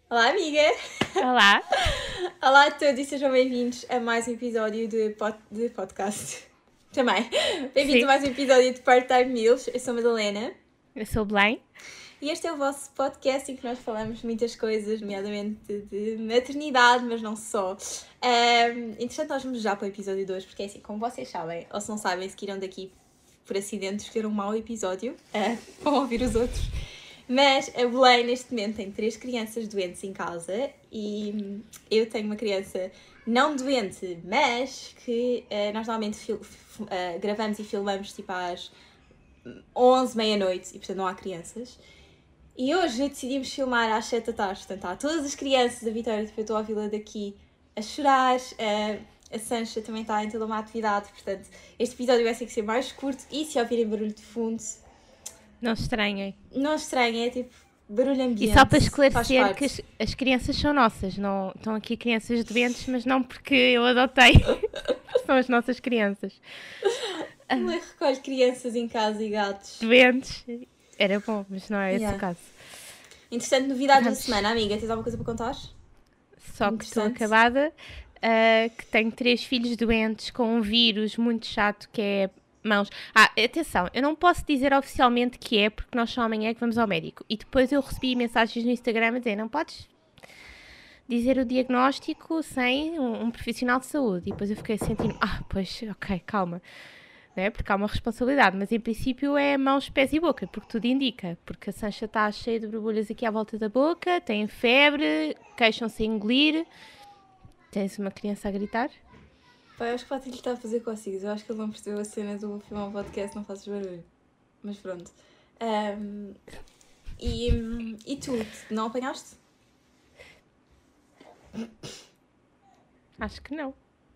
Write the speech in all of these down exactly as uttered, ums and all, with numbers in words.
Olá, amiga! Olá! Olá a todos e sejam bem-vindos a mais um episódio de, pod de podcast. Também. Bem-vindos a mais um episódio de Part-Time Meals. Eu sou a Madalena. Eu sou o Belém. E este é o vosso podcast em que nós falamos muitas coisas, nomeadamente de maternidade, mas não só. Um, entretanto, nós vamos já para o episódio dois, porque é assim, como vocês sabem, ou se não sabem, se queiram daqui por acidente escolher um mau episódio, uh, vão ouvir os outros. Mas a Belém, neste momento, tem três crianças doentes em casa e eu tenho uma criança não doente, mas que uh, nós normalmente uh, gravamos e filmamos tipo às onze, meia-noite e, portanto, não há crianças. E hoje decidimos filmar às sete da tarde, portanto, há todas as crianças da Vitória, tipo, eu estou a ouvi-la daqui a chorar, uh, a Sancha também está em toda uma atividade, portanto, este episódio vai ter que ser mais curto e se ouvirem barulho de fundo... Não estranhem. Não estranhem, é tipo barulho ambiente. E só para esclarecer que as, as crianças são nossas, não estão aqui crianças doentes, mas não porque eu adotei, são as nossas crianças. Não é recolhe crianças em casa e gatos. Doentes, era bom, mas não é esse yeah. o caso. Interessante, novidade Vamos. da semana, amiga, tens alguma coisa para contar? Só que estou acabada, uh, que tenho três filhos doentes com um vírus muito chato que é mãos. Ah, atenção, eu não posso dizer oficialmente que é, porque nós só amanhã é que vamos ao médico. E depois eu recebi mensagens no Instagram a dizer, não podes dizer o diagnóstico sem um, um profissional de saúde. E depois eu fiquei sentindo, ah, pois, ok, calma. Não é? Porque há uma responsabilidade, mas em princípio é mãos, pés e boca, porque tudo indica. Porque a Sancha está cheia de borbulhas aqui à volta da boca, tem febre, queixam-se a engolir. Tens uma criança a gritar? Pai, eu acho que o Pato lhe está a fazer cócegas. Eu acho que ele não percebeu a cena do filmar um podcast, não fazes barulho. Mas pronto. Um, e, e tu, não apanhaste? Acho que não.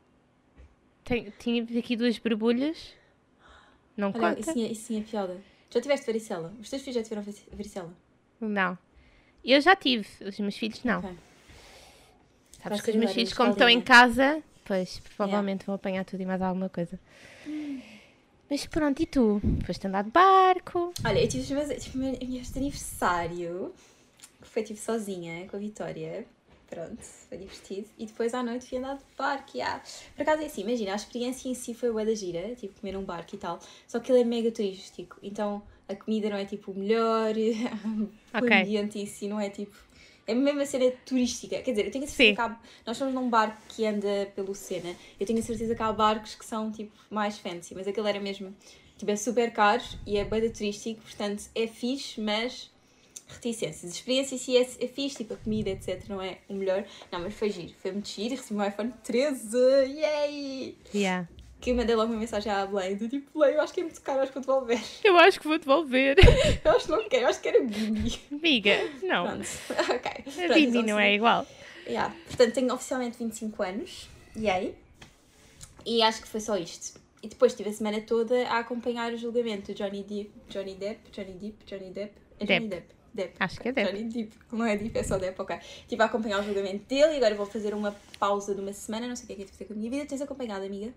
Tem, tinha aqui duas borbulhas. Não Olha, conta. Isso tinha, isso tinha piada. Já tiveste varicela? Os teus filhos já tiveram varicela? Não. Eu já tive. Os meus filhos não. Okay. Sabes Vai que os meus filhos, como estão em casa... Pois, provavelmente yeah. vão apanhar tudo e mais alguma coisa. Hum. Mas pronto, e tu? Foste andar de barco? Olha, eu tive, tive o meu aniversário, que foi tipo sozinha, com a Vitória. Pronto, foi divertido. E depois à noite fui andar de barco, yeah. Por acaso é assim, imagina, a experiência em si foi bué da gira, tipo comer um barco e tal. Só que ele é mega turístico, então a comida não é tipo o melhor, okay. O ambiente em si não é tipo... É mesmo a cena turística. Quer dizer, eu tenho a certeza Sim. que há... Nós somos num barco que anda pelo Sena. Eu tenho a certeza que há barcos que são, tipo, mais fancy. Mas aquele era mesmo... Tipo, é super caro e é bem turístico. Portanto, é fixe, mas... Reticências. A experiência em si é, é fixe. Tipo, a comida, etcétera. Não é o melhor. Não, mas foi giro. Foi muito giro. Recebi um iPhone treze. Yay! Yeah. Que eu mandei logo uma mensagem à Belém. Do tipo, Belém, eu acho que é muito caro. Acho que vou devolver. Eu acho que vou devolver. eu acho que não quero. Eu acho que quero Bibi. Amiga, não. Pronto. Ok. A Pronto, Bibi então, não é igual. Yeah. Portanto, tenho oficialmente vinte e cinco anos. Yay. E acho que foi só isto. E depois estive a semana toda a acompanhar o julgamento do Johnny Depp. Johnny Depp? Johnny Depp? Johnny Depp? É Johnny Depp. Depp. Depp. Acho que é Depp. Johnny Depp. Não é Depp, é só Depp, ok. Estive a acompanhar o julgamento dele e agora vou fazer uma pausa de uma semana. Não sei o que é que eu tive a fazer com a minha vida. Tens acompanhado, amiga?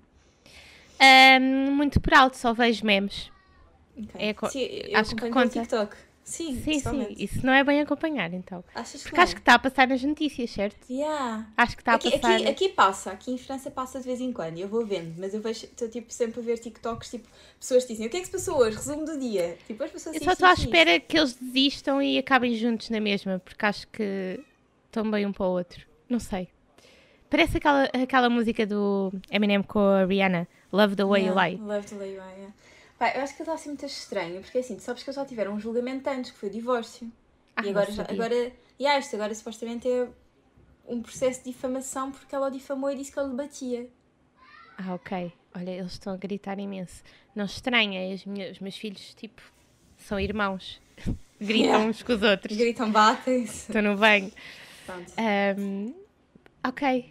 Um, muito por alto, só vejo memes. Okay. É, sim, eu acho que conta. TikTok. Sim, sim, sim, isso não é bem acompanhar, então. Achas que Porque não? acho que está a passar nas notícias, certo? Yeah. Acho que está aqui, a passar... Aqui, aqui passa, aqui em França passa de vez em quando, eu vou vendo, mas eu vejo, estou tipo, sempre a ver TikToks, tipo, pessoas que dizem, o que é que se passou hoje? Resumo do dia. Tipo, as pessoas eu só estou à espera que eles desistam e acabem juntos na mesma, porque acho que estão bem um para o outro. Não sei. Parece aquela, aquela música do Eminem com a Rihanna, Love the Way yeah, You Lie. Love the Way You Lie, yeah. Pai, eu acho que ele está assim muito estranho, porque assim, tu sabes que eles já tiveram um julgamento antes, que foi o divórcio. Ah, e agora, já, agora, yeah, isto agora supostamente é um processo de difamação porque ela o difamou e disse que ele lhe batia. Ah, ok. Olha, eles estão a gritar imenso. Não estranha, os meus, os meus filhos, tipo, são irmãos. Gritam yeah. uns com os outros. Gritam, batem-se. Estão no banho. Pronto. Um, ok.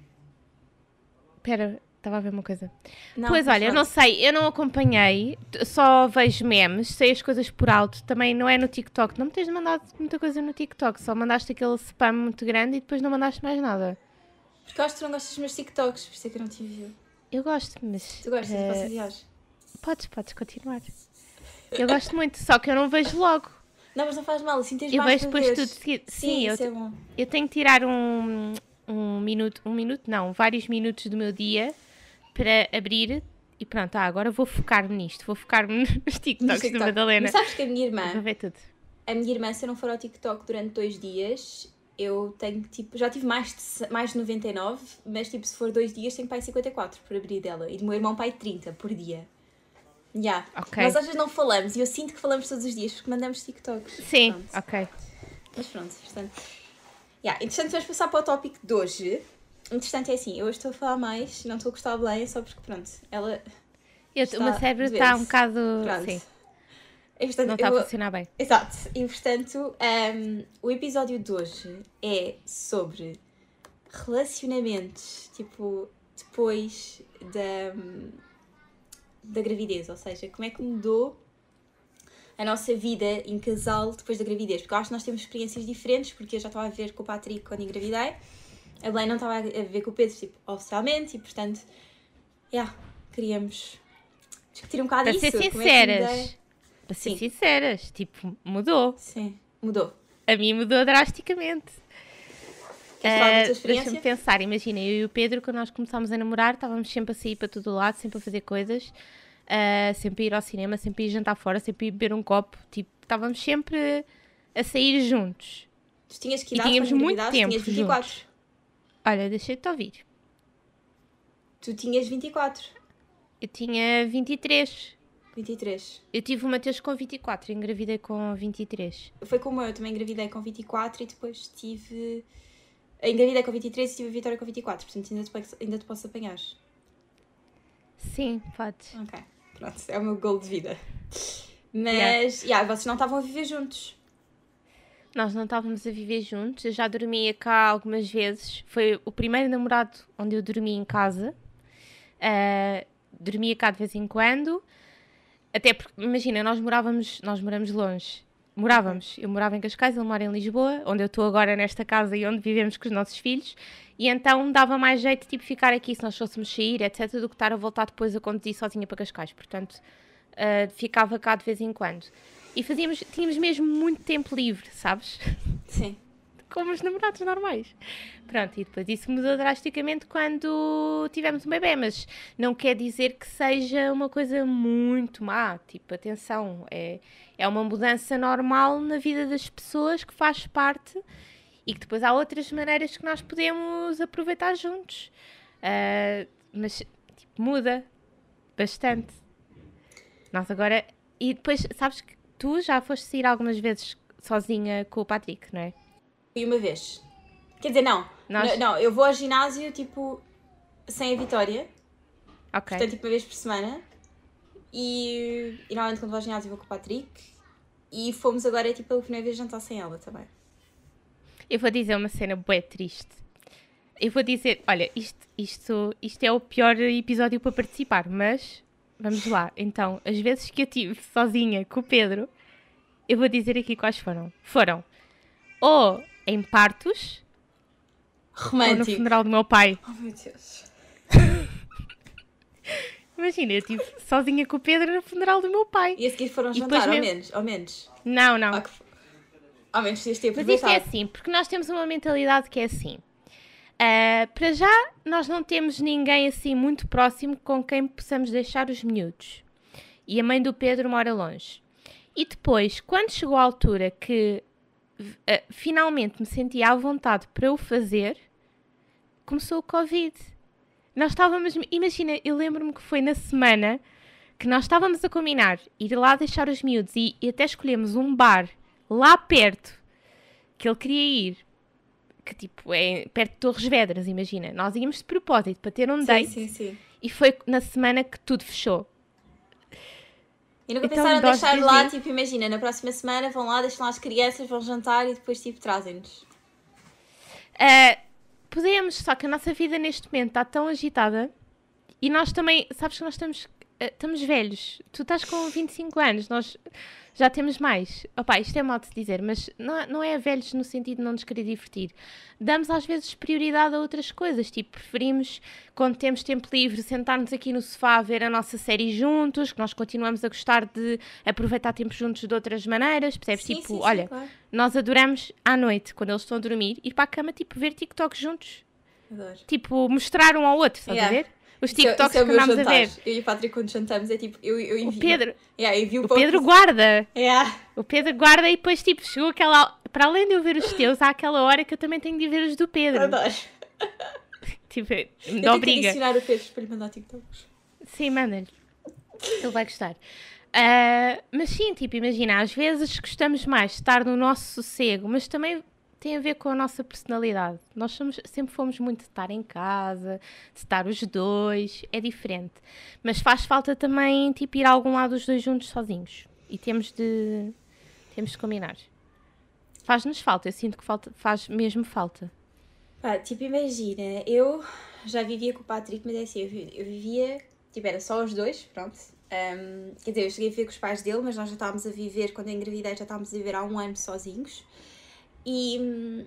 Espera, estava a ver uma coisa. Não, pois olha, eu não sei, eu não acompanhei, só vejo memes, sei as coisas por alto, também não é no TikTok. Não me tens mandado muita coisa no TikTok, só mandaste aquele spam muito grande e depois não mandaste mais nada. Porque eu acho que tu não gostas dos meus TikToks, por isso é que eu não te envio. Eu gosto, mas... Tu gostas? Uh, Eu posso enviar? Podes, podes continuar. Eu gosto muito, só que eu não vejo logo. Não, mas não faz mal, assim tens Eu mais vejo para depois ver. tudo seguido. Sim, Sim, eu, isso é bom. eu tenho que tirar um, um minuto, um minuto não, vários minutos do meu dia para abrir e pronto, ah, agora vou focar-me nisto, vou focar-me nos TikToks TikTok. da Madalena. Mas sabes que a minha irmã, Vou ver tudo. a minha irmã, se eu não for ao TikTok durante dois dias, eu tenho, tipo, já tive mais de, mais de noventa e nove, mas, tipo, se for dois dias, tenho pai cinquenta e quatro por abrir dela. E do meu irmão, pai trinta por dia. Já. Yeah. Ok. Nós às vezes não falamos, e eu sinto que falamos todos os dias, porque mandamos TikToks. Sim, Pronto. ok. Mas pronto, portanto... Yeah. Interessante, vamos passar para o tópico de hoje. Interessante é assim, eu hoje estou a falar mais, não estou a gostar da Belém, só porque, pronto, ela... Eu, o meu cérebro está um bocado... Pronto. Sim. E, portanto, não está eu... a funcionar bem. Exato. E, portanto, um, o episódio de hoje é sobre relacionamentos, tipo, depois da, da gravidez. Ou seja, como é que mudou a nossa vida em casal depois da gravidez. Porque eu acho que nós temos experiências diferentes, porque eu já estava a ver com o Patrick quando engravidei. A Belém não estava a ver com o Pedro, tipo, oficialmente. E, portanto, yeah, queríamos discutir um bocado Para isso. ser Como é que sinceras... mudei... Para ser Sim. sinceras, tipo, mudou. Sim, mudou. A mim mudou drasticamente. Queres falar da tua Uh, experiência? Deixa-me pensar, imagina, eu e o Pedro, quando nós começámos a namorar, estávamos sempre a sair para todo o lado, sempre a fazer coisas, uh, sempre a ir ao cinema, sempre a ir jantar fora, sempre a ir beber um copo, tipo, estávamos sempre a sair juntos. Tu tinhas que E idade tínhamos quando muito engravidaste? tempo Tinhas vinte e quatro. juntos. Olha, deixei-te ouvir. Tu tinhas vinte e quatro. Eu tinha vinte e três. vinte e três. Eu tive o Mateus com vinte e quatro, engravidei com vinte e três. Foi como eu, eu também engravidei com vinte e quatro e depois tive... Engravidei com vinte e três e tive a Vitória com vinte e quatro, portanto ainda te, posso- ainda te posso apanhar. Sim, podes. Ok, pronto, é o meu goal de vida. Mas, Yeah. yeah, vocês não estavam a viver juntos. Nós não estávamos a viver juntos, eu já dormia cá algumas vezes. Foi o primeiro namorado onde eu dormi em casa. Uh, dormia cá de vez em quando. Até porque, imagina, nós morávamos, nós moramos longe. Morávamos, eu morava em Cascais, ele mora em Lisboa, onde eu estou agora nesta casa e onde vivemos com os nossos filhos. E então dava mais jeito, tipo, ficar aqui se nós fôssemos sair, etcétera, do que estar a voltar depois a conduzir sozinha para Cascais. Portanto, uh, ficava cá de vez em quando. E fazíamos, tínhamos mesmo muito tempo livre, sabes? Sim. Como os namorados normais. Pronto, e depois isso mudou drasticamente quando tivemos um bebê, mas não quer dizer que seja uma coisa muito má. Tipo, atenção, é, é uma mudança normal na vida das pessoas que faz parte e que depois há outras maneiras que nós podemos aproveitar juntos. Uh, mas, tipo, muda bastante. Nós agora... E depois, sabes que tu já foste sair algumas vezes sozinha com o Patrick, não é? E uma vez. Quer dizer, não. Nós- N- Não, eu vou ao ginásio, tipo, sem a Vitória. Ok. Portanto, tipo, uma vez por semana. E, e normalmente quando vou ao ginásio vou com o Patrick. E fomos agora, tipo, a primeira vez jantar sem ela também. Eu vou dizer uma cena bué triste. Eu vou dizer, olha, isto, isto, isto é o pior episódio para participar, mas vamos lá. Então, as vezes que eu tive sozinha com o Pedro, eu vou dizer aqui quais foram. Foram ou em partos, ou no Romântico. funeral do meu pai. Oh, meu Deus. Imagina, eu estive sozinha com o Pedro no funeral do meu pai. E a seguir foram E depois jantar, ao mesmo- menos. Ao menos. Não, não. Ah, que... Ao menos podias ter Mas isto é aproveitado. assim, porque nós temos uma mentalidade que é assim. Uh, para já, nós não temos ninguém assim muito próximo com quem possamos deixar os miúdos. E a mãe do Pedro mora longe. E depois, quando chegou a altura que uh, finalmente me sentia à vontade para o fazer, começou o Covid. Nós estávamos, imagina, eu lembro-me que foi na semana que nós estávamos a combinar ir lá deixar os miúdos e, e até escolhemos um bar lá perto que ele queria ir, que tipo é perto de Torres Vedras, imagina. Nós íamos de propósito para ter um Sim, date sim, sim. e foi na semana que tudo fechou. E nunca Então, pensaram em nós deixar dizem- lá, tipo, imagina, na próxima semana vão lá, deixam lá as crianças, vão jantar e depois, tipo, trazem-nos. Uh, podemos, só que a nossa vida neste momento está tão agitada e nós também, sabes que nós estamos estamos velhos. Tu estás com vinte e cinco anos, nós já temos mais. Opa, isto é mal de se dizer, mas não, não é velhos no sentido de não nos querer divertir. Damos às vezes prioridade a outras coisas, tipo, preferimos, quando temos tempo livre, sentar-nos aqui no sofá a ver a nossa série juntos, que nós continuamos a gostar de aproveitar tempo juntos de outras maneiras, percebes? Sim, tipo, sim, sim, olha, claro. nós adoramos à noite, quando eles estão a dormir, ir para a cama, tipo, ver TikTok juntos. Adoro. Tipo, mostrar um ao outro, estás Yeah. a ver? Os Isso é- TikToks isso é o que meu andámos a ver. jantar. Eu e o Patrick, quando jantamos, é tipo, eu, eu O envio. Pedro, Yeah, eu envio o para Pedro guarda. Yeah. O Pedro guarda e depois, tipo, chegou aquela... Para além de eu ver os teus, há aquela hora que eu também tenho de ver os do Pedro. Adoro. Tipo, me Eu tenho que obriga. adicionar o Pedro para lhe mandar TikToks. Sim, manda-lhe. Ele vai gostar. Ah, mas sim, tipo, imagina, às vezes gostamos mais de estar no nosso sossego, mas também tem a ver com a nossa personalidade. Nós somos, sempre fomos muito de estar em casa, de estar os dois, é diferente. Mas faz falta também, tipo, ir a algum lado os dois juntos sozinhos. E temos de, temos de combinar. Faz-nos falta, eu sinto que falta, faz mesmo falta. Pá, tipo, imagina, eu já vivia com o Patrick, mas é assim, eu, vi- eu vivia, tipo, era só os dois, pronto. Ahm, quer dizer, eu cheguei a viver com os pais dele, mas nós já estávamos a viver, quando eu engravidei, já estávamos a viver há um ano sozinhos. E, hum,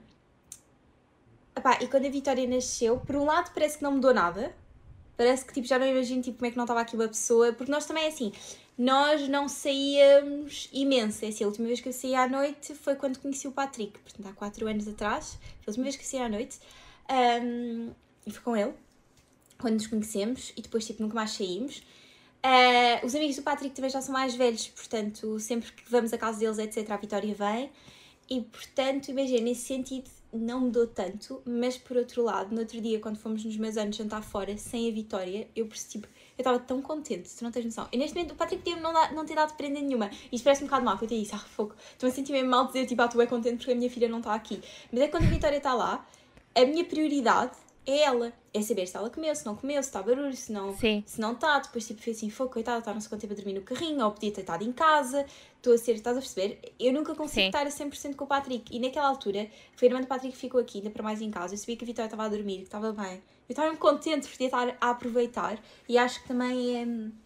epá, e quando a Vitória nasceu, por um lado parece que não mudou nada. Parece que tipo, já não imagino tipo, como é que não estava aqui uma pessoa. Porque nós também é assim, nós não saíamos imenso. É assim, a última vez que eu saí à noite foi quando conheci o Patrick. Portanto, há quatro anos atrás. Foi a última vez que eu saí à noite. Ahm, e foi com ele, quando nos conhecemos. E depois tipo, nunca mais saímos. Ah, os amigos do Patrick também já são mais velhos. Portanto, sempre que vamos à casa deles, etcétera, a Vitória vem. E, portanto, imagina, nesse sentido não mudou tanto, mas por outro lado, no outro dia, quando fomos nos meus anos jantar fora, sem a Vitória, eu percebi, tipo, eu estava tão contente, tu não tens noção. E neste momento o Patrick podia não, dar- não ter dado prenda nenhuma. Isto parece um bocado mal, que eu tenho isso, ah, fogo. Estou a sentir mesmo mal dizer, tipo, ah, tu é contente porque a minha filha não está aqui. Mas é que quando a Vitória está lá, a minha prioridade é ela. É saber se ela comeu, se não comeu, se está barulho, se não, Sim. se não está. Depois, tipo, foi assim, fogo, coitada, está não sei quanto tempo a dormir no carrinho, ou podia ter estado em casa. Estou a ser, estás a perceber? Eu nunca consigo Sim. estar a cem por cento com o Patrick. E naquela altura, foi a irmã do Patrick que ficou aqui, ainda para mais em casa. Eu sabia que a Vitória estava a dormir, que estava bem. Eu estava muito contente por poder estar a aproveitar. E acho que também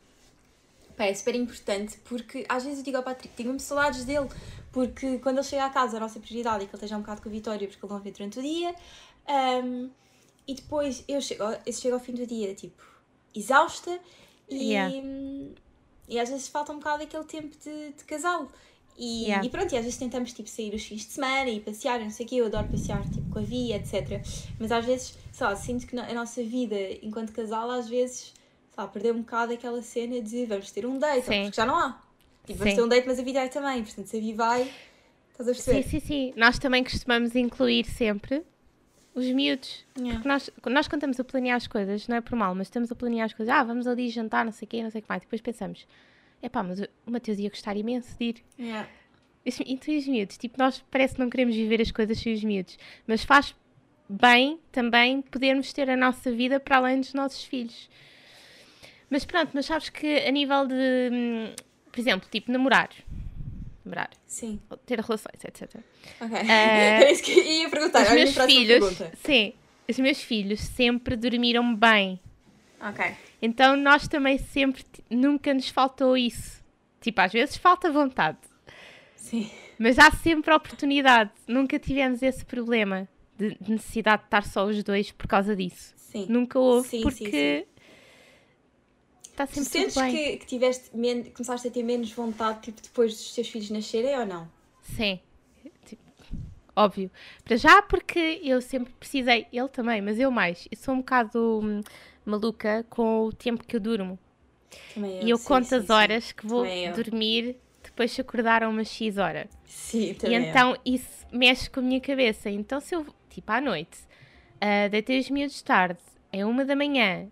é, pá, é super importante, porque às vezes eu digo ao Patrick, tenho mesmo saudades dele. Porque quando ele chega à casa, a nossa prioridade é que ele esteja um bocado com a Vitória, porque ele não vê durante o dia. Um, e depois eu chego, eu chego ao fim do dia, tipo, exausta. E, Yeah. e às vezes falta um bocado aquele tempo de, de casal. E, Yeah. e pronto, e às vezes tentamos tipo, sair os fins de semana e passear, não sei o quê, eu adoro passear tipo, com a Via, etcétera. Mas às vezes, sei lá, sinto que a nossa vida enquanto casal, às vezes, sei lá, perdeu um bocado aquela cena de vamos ter um date, Sim. porque já não há. Tipo, vamos Sim. ter um date, mas a Vitória também, portanto se a Vi vai, estás a perceber? Sim, sim, sim. Nós também costumamos incluir sempre os miúdos. Yeah. Porque nós, nós quando estamos a planear as coisas, não é por mal, mas estamos a planear as coisas, ah, vamos ali jantar, não sei o quê, não sei o que mais. Depois pensamos, epá, mas o Mateus ia gostar imenso de ir. Yeah. E tu e os miúdos, tipo, nós parece que não queremos viver as coisas sem os miúdos, mas faz bem também podermos ter a nossa vida para além dos nossos filhos. Mas pronto, mas sabes que a nível de, hum, por exemplo, tipo, namorar, namorar, Sim. ter relações, etcétera. Ok. Eh, Era isso que eu ia perguntar. Os Olha a meus minha próxima filhos, pergunta. sim, os meus filhos sempre dormiram bem. Ok. Então nós também sempre, t- nunca nos faltou isso. Tipo, às vezes falta vontade, Sim. mas há sempre oportunidade. Nunca tivemos esse problema de de necessidade de estar só os dois por causa disso. Sim. Nunca houve, Sim, sim, porque está Tu sempre sentes tudo bem. que, que tiveste men- começaste a ter menos vontade tipo, depois dos teus filhos nascerem ou não? Sim, tipo, óbvio. Para já porque eu sempre precisei, ele também, mas eu mais. Eu sou um bocado hum, maluca com o tempo que eu durmo. Também E eu sim, conto sim, as sim. horas que vou Também eu. dormir depois de acordar a uma X hora. Sim, E também eu. então isso mexe com a minha cabeça. Então se eu, tipo, à noite, uh, deitei os miúdos tarde, é uma da manhã,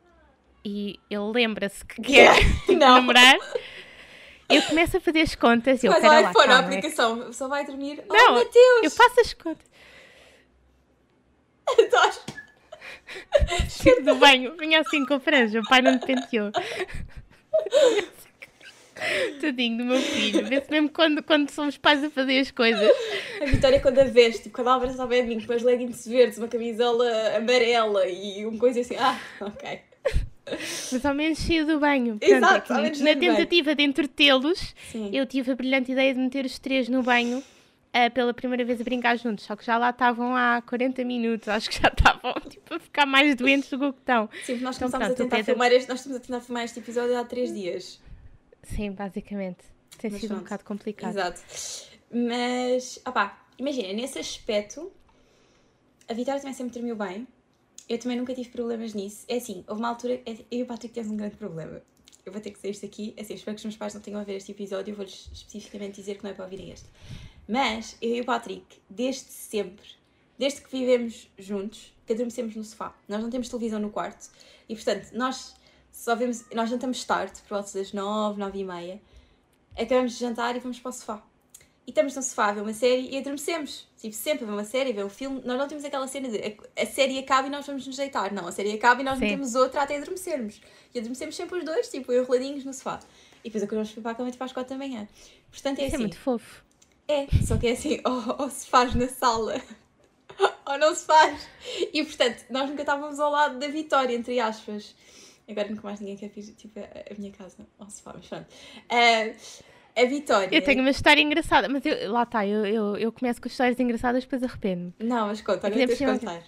e ele lembra-se que quer tipo, Não. namorar, eu começo a fazer as contas e eu Mas quero ao lá, iPhone, a calma, é que- aplicação, só vai dormir. Oh, Não, Mateus! eu faço as contas. Adoro. Chego do banho, vinha assim com franja, o pai não me penteou. Tadinho do meu filho, vê-se mesmo quando, quando somos pais a fazer as coisas. A Vitória quando a veste, tipo, quando ela abraça ao pé de mim, com as leggings verdes, uma camisola amarela e uma coisa assim. Ah, ok. Mas ao menos saiu do banho. Exato, Pronto, é que na tentativa de entretê-los, eu tive a brilhante ideia de meter os três no banho uh, pela primeira vez a brincar juntos. Só que já lá estavam há quarenta minutos. Acho que já estavam tipo, a ficar mais doentes do que o que estão. Sim, nós então, começámos pronto, a tentar Pedro... filmar este, nós estamos a tentar filmar este episódio há três dias. Sim, basicamente. Tem Mas sido pronto. um bocado complicado. Exato. Mas, opá, imagina, nesse aspecto, a Vitória também sempre dormiu bem. Eu também nunca tive problemas nisso. É assim, houve uma altura, eu e o Patrick temos um grande problema. Eu vou ter que dizer isto aqui, assim, espero que os meus pais não tenham a ver este episódio, eu vou-lhes especificamente dizer que não é para ouvirem este. Mas, eu e o Patrick, desde sempre, desde que vivemos juntos, que adormecemos no sofá. Nós não temos televisão no quarto e, portanto, nós só vemos, nós jantamos tarde, por volta das nove, nove e meia, acabamos de jantar e vamos para o sofá. E estamos no sofá a ver uma série e adormecemos. Tipo, sempre a ver uma série, a ver um filme. Nós não temos aquela cena de a, a série acaba e nós vamos nos deitar. Não, a série acaba e nós metemos outra até adormecermos. E adormecemos sempre os dois, tipo, enroladinhos no sofá. E depois acordamos para a cama tipo às quatro da manhã. Portanto, é Isso assim. É muito fofo. É, só que é assim, ou, ou se faz na sala, ou não se faz. E portanto, nós nunca estávamos ao lado da Vitória, entre aspas. Agora nunca mais ninguém quer vir, tipo, a, a minha casa ao sofá, mas pronto. Uh, A Vitória... Eu tenho uma história engraçada, mas eu, lá está, eu, eu, eu começo com histórias engraçadas, depois arrependo-me. Não, mas conta, agora tens de contar.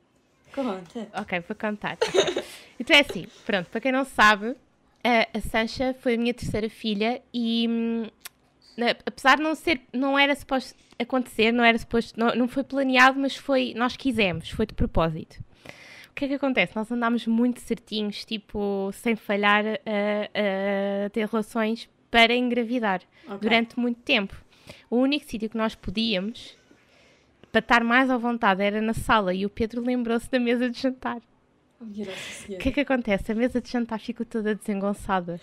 Conta. Ok, vou contar. Então é assim, pronto, para quem não sabe, a, a Sancha foi a minha terceira filha e, hum, apesar de não ser, não era suposto acontecer, não era suposto, não, não foi planeado, mas foi, nós quisemos, foi de propósito. O que é que acontece? Nós andámos muito certinhos, tipo, sem falhar a, a ter relações para engravidar, okay, durante muito tempo. O único sítio que nós podíamos, para estar mais à vontade, era na sala, e o Pedro lembrou-se da mesa de jantar. Oh, o que é que acontece? A mesa de jantar ficou toda desengonçada.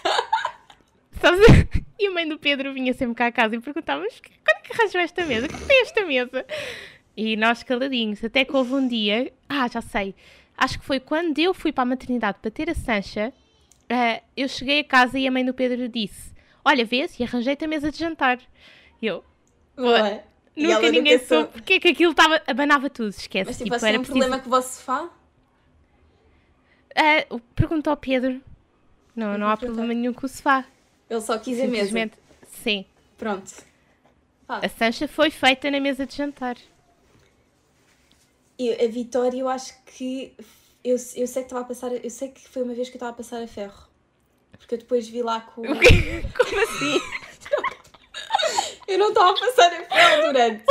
Sabes? E a mãe do Pedro vinha sempre cá a casa e perguntava, mas quando é que arranjou esta mesa? O que tem esta mesa? E nós caladinhos, até que houve um dia, ah, já sei, acho que foi quando eu fui para a maternidade para ter a Sancha. Uh, eu cheguei a casa e a mãe do Pedro disse, olha, vês, e arranjei-te a mesa de jantar. E eu, Ué, nunca e ninguém nunca soube porque é que aquilo tava, abanava tudo, esquece. Mas tipo, tipo assim, era um preciso... problema com o vosso sofá? Uh, perguntou ao Pedro. Não, não há problema nenhum com o sofá. Ele só quis a mesa? Sim. Pronto. Ah. A Sancha foi feita na mesa de jantar. Eu, a Vitória, eu acho que... Eu, eu sei que estava a passar... Eu sei que foi uma vez que eu estava a passar a ferro. Porque eu depois vi lá com... O quê? Como assim? Eu não estava a passar a ferro durante.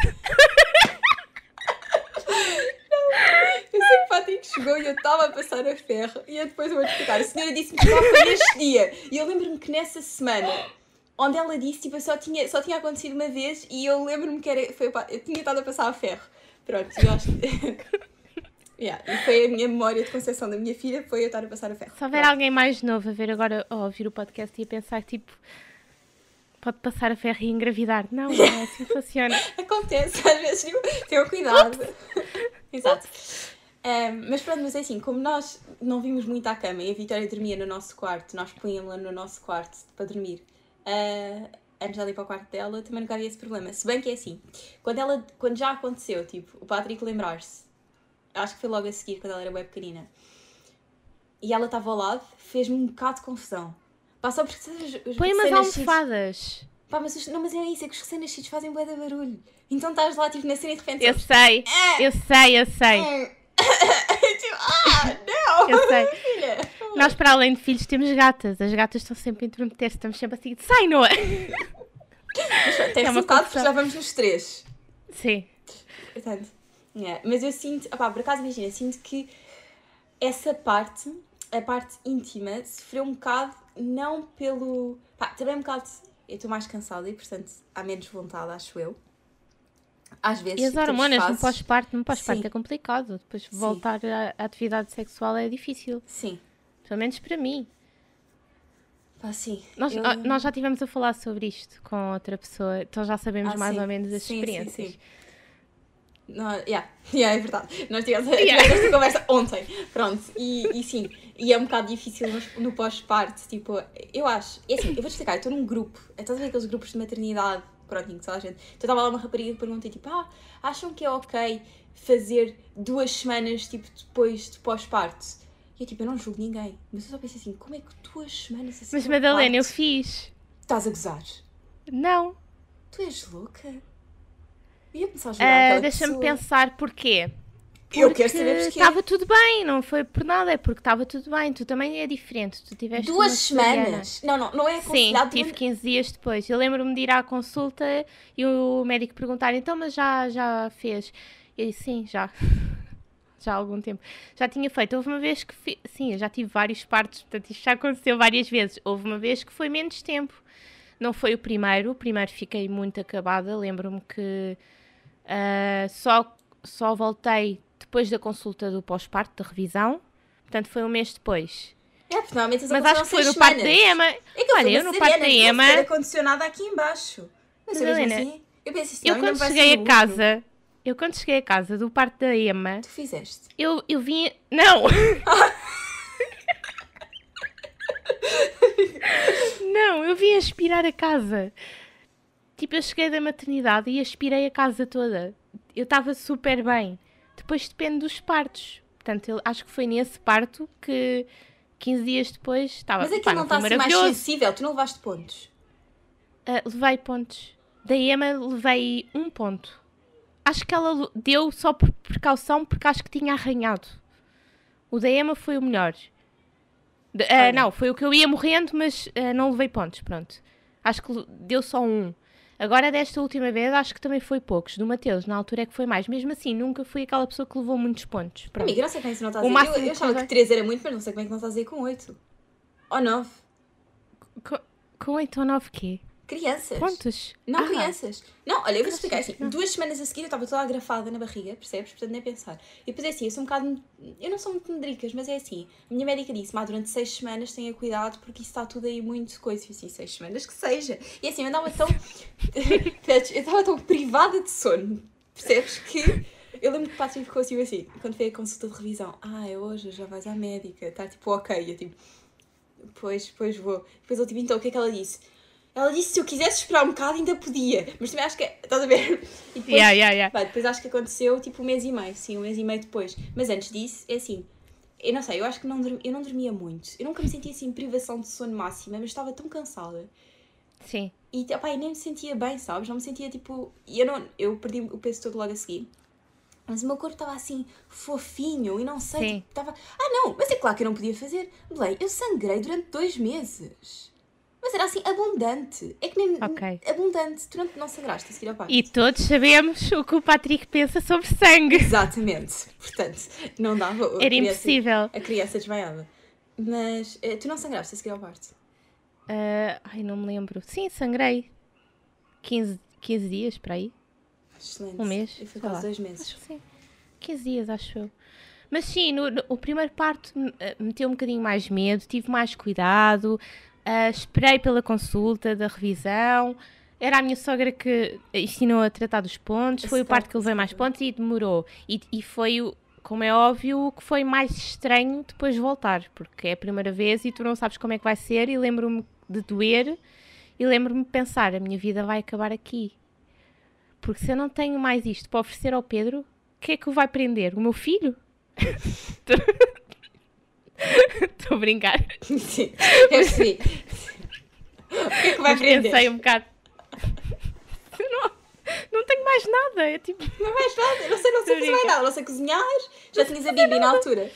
Não, eu sei que o Patrick chegou e eu estava a passar a ferro. E eu depois eu vou explicar. A senhora disse-me que estava neste dia. E eu lembro-me que nessa semana, onde ela disse, tipo, só tinha, só tinha acontecido uma vez. E eu lembro-me que era, foi, eu tinha estado a passar a ferro. Pronto, eu acho que... Yeah, e foi a minha memória de concepção da minha filha, foi eu estar a passar a ferro. Se houver alguém mais novo a ver agora, ou a ouvir o podcast e a pensar que, tipo, pode passar a ferro e engravidar. Não, não é assim que funciona. Acontece, às vezes, tipo, tenham cuidado. Exato. Um, mas pronto, mas é assim, como nós não vimos muito à cama e a Vitória dormia no nosso quarto, nós punhamos-la no nosso quarto para dormir, uh, antes de ela ir para o quarto dela, também nunca havia esse problema. Se bem que é assim, quando, ela, quando já aconteceu, tipo, o Patrick lembrar-se, acho que foi logo a seguir, quando ela era bem pequenina. E ela estava ao lado, fez-me um bocado de confusão. Pá, só porque os, os põe umas almofadas. Pá, mas os, não, mas é isso, é que os recém-nascidos fazem bué de barulho. Então estás lá, tipo, na cena e de repente... Eu sei, ah! eu sei, eu sei. Tipo, ah, não! Eu sei. Filha. Nós, para além de filhos, temos gatas. As gatas estão sempre a intrometer-se. Estamos sempre assim, sai, Noah! Mas tem é resultado porque já vamos nos três. Sim. Portanto... Yeah. Mas eu sinto, opá, por acaso imagina, sinto que essa parte, a parte íntima, sofreu um bocado, não pelo... Pá, também um bocado, eu estou mais cansada e, portanto, há menos vontade, acho eu. Às vezes. E as hormonas fases... no pós-parto, no pós-parto é complicado. Depois Sim. voltar à atividade sexual é difícil. Sim. Pelo menos para mim. Pá, sim. Nós, eu... nós já estivemos a falar sobre isto com outra pessoa, então já sabemos ah, mais sim. ou menos as sim, experiências. Sim, sim. No, yeah, yeah, é verdade. Nós tivemos, yeah. tivemos esta conversa ontem. Pronto, e, e sim, e é um bocado difícil no, no pós-parto. Tipo, eu acho, é assim, eu vou-te explicar, eu estou num grupo, estás a ver aqueles grupos de maternidade, pronto, que toda a gente. Então estava lá uma rapariga que perguntei, tipo, ah, acham que é ok fazer duas semanas, tipo, depois de pós-parto? E eu tipo, eu não julgo ninguém. Mas eu só pensei assim, como é que duas semanas assim... Mas Madalena, eu fiz. Estás a gozar? Não. Tu és louca? Eu ia começar a julgar uh, aquela Deixa-me pessoa. pensar porquê. Porque eu quero saber porquê. Estava tudo bem, não foi por nada, é porque estava tudo bem. Tu também é diferente, tu tiveste duas semanas? Não, não, não é aconselhado. Sim, tive quinze dias depois. Eu lembro-me de ir à consulta e o médico perguntar, então, mas já, já fez? Eu disse, sim, já. Já há algum tempo. Já tinha feito. Houve uma vez que... Fi... Sim, eu já tive vários partos, portanto isto já aconteceu várias vezes. Houve uma vez que foi menos tempo. Não foi o primeiro. O primeiro fiquei muito acabada. Lembro-me que uh, só, só voltei depois da consulta do pós-parto, da revisão. Portanto, foi um mês depois. É, porque normalmente Mas acho que foi no parto da Ema. É que Olha, eu no parto da Ema... Não aconteceu nada aqui em baixo. Mas Helena, assim, eu pensei assim, eu quando cheguei a casa... Eu quando cheguei a casa do parto da Ema... Tu fizeste? Eu, eu vim... Não! Não, eu vim aspirar a casa. Tipo, eu cheguei da maternidade e aspirei a casa toda. Eu estava super bem. Depois depende dos partos. Portanto, eu acho que foi nesse parto que quinze dias depois estava... Mas aquilo não está assim mais sensível? Tu não levaste pontos? Uh, levei pontos. Da Ema levei um ponto. Acho que ela deu só por precaução porque acho que tinha arranhado. O da Ema foi o melhor. De, uh, não, foi o que eu ia morrendo, mas uh, não levei pontos, pronto. Acho que deu só um. Agora, desta última vez, acho que também foi poucos. Do Mateus, na altura é que foi mais. Mesmo assim, nunca fui aquela pessoa que levou muitos pontos. Pronto. Amiga, não sei como é que não estás a dizer. Eu, eu achava que três era muito, mas não sei como é que não estás a dizer com oito. Ou nove. Com, com oito ou nove quê? Crianças. Pontos? Não, ah. crianças. Não, olha, eu vou-te explicar assim. Não. Duas semanas a seguir eu estava toda agrafada na barriga, percebes? Portanto, nem pensar. E depois é assim, eu sou um bocado... Eu não sou muito medricas, mas é assim. A minha médica disse, mas durante seis semanas tenha cuidado porque isso está tudo aí muito coisa. E assim, seis semanas que seja. E assim, eu andava tão... eu estava tão privada de sono, percebes? Que... Eu lembro que o Patrick ficou assim, assim, quando veio a consulta de revisão. Ah, é hoje, já vais à médica. Está tipo, ok. Eu tipo, pois, pois vou. Depois eu tipo, então, o que é que ela disse? Ela disse que se eu quisesse esperar um bocado ainda podia. Mas também acho que... Estás a ver? E depois, yeah, yeah, yeah. Vai, depois acho que aconteceu tipo um mês e meio. Sim, um mês e meio depois. Mas antes disso, é assim... Eu não sei, eu acho que não dormi, eu não dormia muito. Eu nunca me sentia assim privação de sono máxima, mas estava tão cansada. Sim. E opá, eu nem me sentia bem, sabes? Não me sentia tipo... Eu, não, eu perdi o peso todo logo a seguir. Mas o meu corpo estava assim, fofinho, e não sei, tipo, estava... Ah não, mas é claro que eu não podia fazer. Belém, eu sangrei durante dois meses. Mas era assim, abundante. É que nem... Okay. Abundante. Tu não, não sangraste a seguir ao parto. E todos sabemos o que o Patrick pensa sobre sangue. Exatamente. Portanto, não dava... Era criança, impossível. A criança desmaiava. Mas uh, tu não sangraste a seguir ao parto? Uh, ai, não me lembro. Sim, sangrei. quinze, quinze dias, para aí. Excelente. Um mês. E foi quase dois meses. Acho que sim. quinze dias, acho eu. Mas sim, no, no, o primeiro parto meteu um bocadinho mais medo, tive mais cuidado, uh, esperei pela consulta da revisão. Era a minha sogra que ensinou a tratar dos pontos, foi o parto que levei mais pontos e demorou. E, e foi, o, como é óbvio, o que foi mais estranho depois de voltar, porque é a primeira vez e tu não sabes como é que vai ser, e lembro-me de doer e lembro-me de pensar, a minha vida vai acabar aqui. Porque se eu não tenho mais isto para oferecer ao Pedro, o que é que o vai prender? O meu filho? Estou a brincar. Sim, eu percebi. O que é que vai Mas prender? Pensei um bocado. Não, não tenho mais nada. É tipo... Não vais nada. Não sei, não sei fazer mais nada. Não sei cozinhar. Já tinhas a Bibi na altura.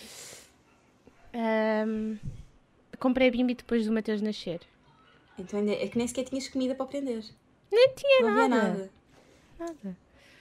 Um, comprei a Bimbi depois do Mateus nascer. Então é que nem sequer tinhas comida para aprender. Nem tinha não nada. Não havia nada. Nada.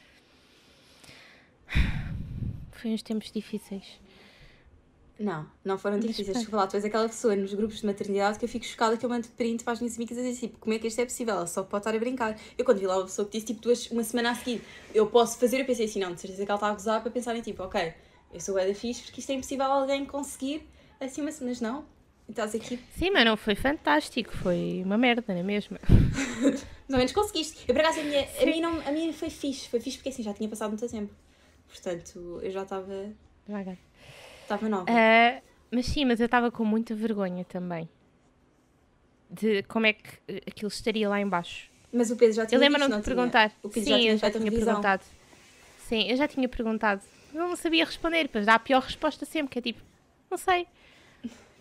Foi uns tempos difíceis. Não, não foram difíceis. Desculpa lá, tu és aquela pessoa nos grupos de maternidade que eu fico chocada que eu mando print para as minhas amigas a dizer tipo, como é que isto é possível? Ela só pode estar a brincar. Eu quando vi lá uma pessoa que disse tipo duas, uma semana a seguir, eu posso fazer, eu pensei assim, não, de certeza que ela está a gozar para pensar em tipo, ok, eu sou bué da fixe porque isto é impossível alguém conseguir assim uma semana, mas não. E estás aqui. Sim, mas não foi fantástico, foi uma merda, não é mesmo? Pelo menos conseguiste. Eu por acaso a minha, a minha, não, a minha foi fixe, foi fixe porque assim já tinha passado muito tempo. Portanto, eu já estava. Devagar. Estava nova. Uh, mas sim, mas eu estava com muita vergonha também. De como é que aquilo estaria lá em baixo. Mas o Pedro já tinha Eu lembro-me de perguntar. O Pedro sim, já tinha eu já tinha perguntado. Sim, eu já tinha perguntado. Eu não sabia responder, pois dá a pior resposta sempre, que é tipo, não sei.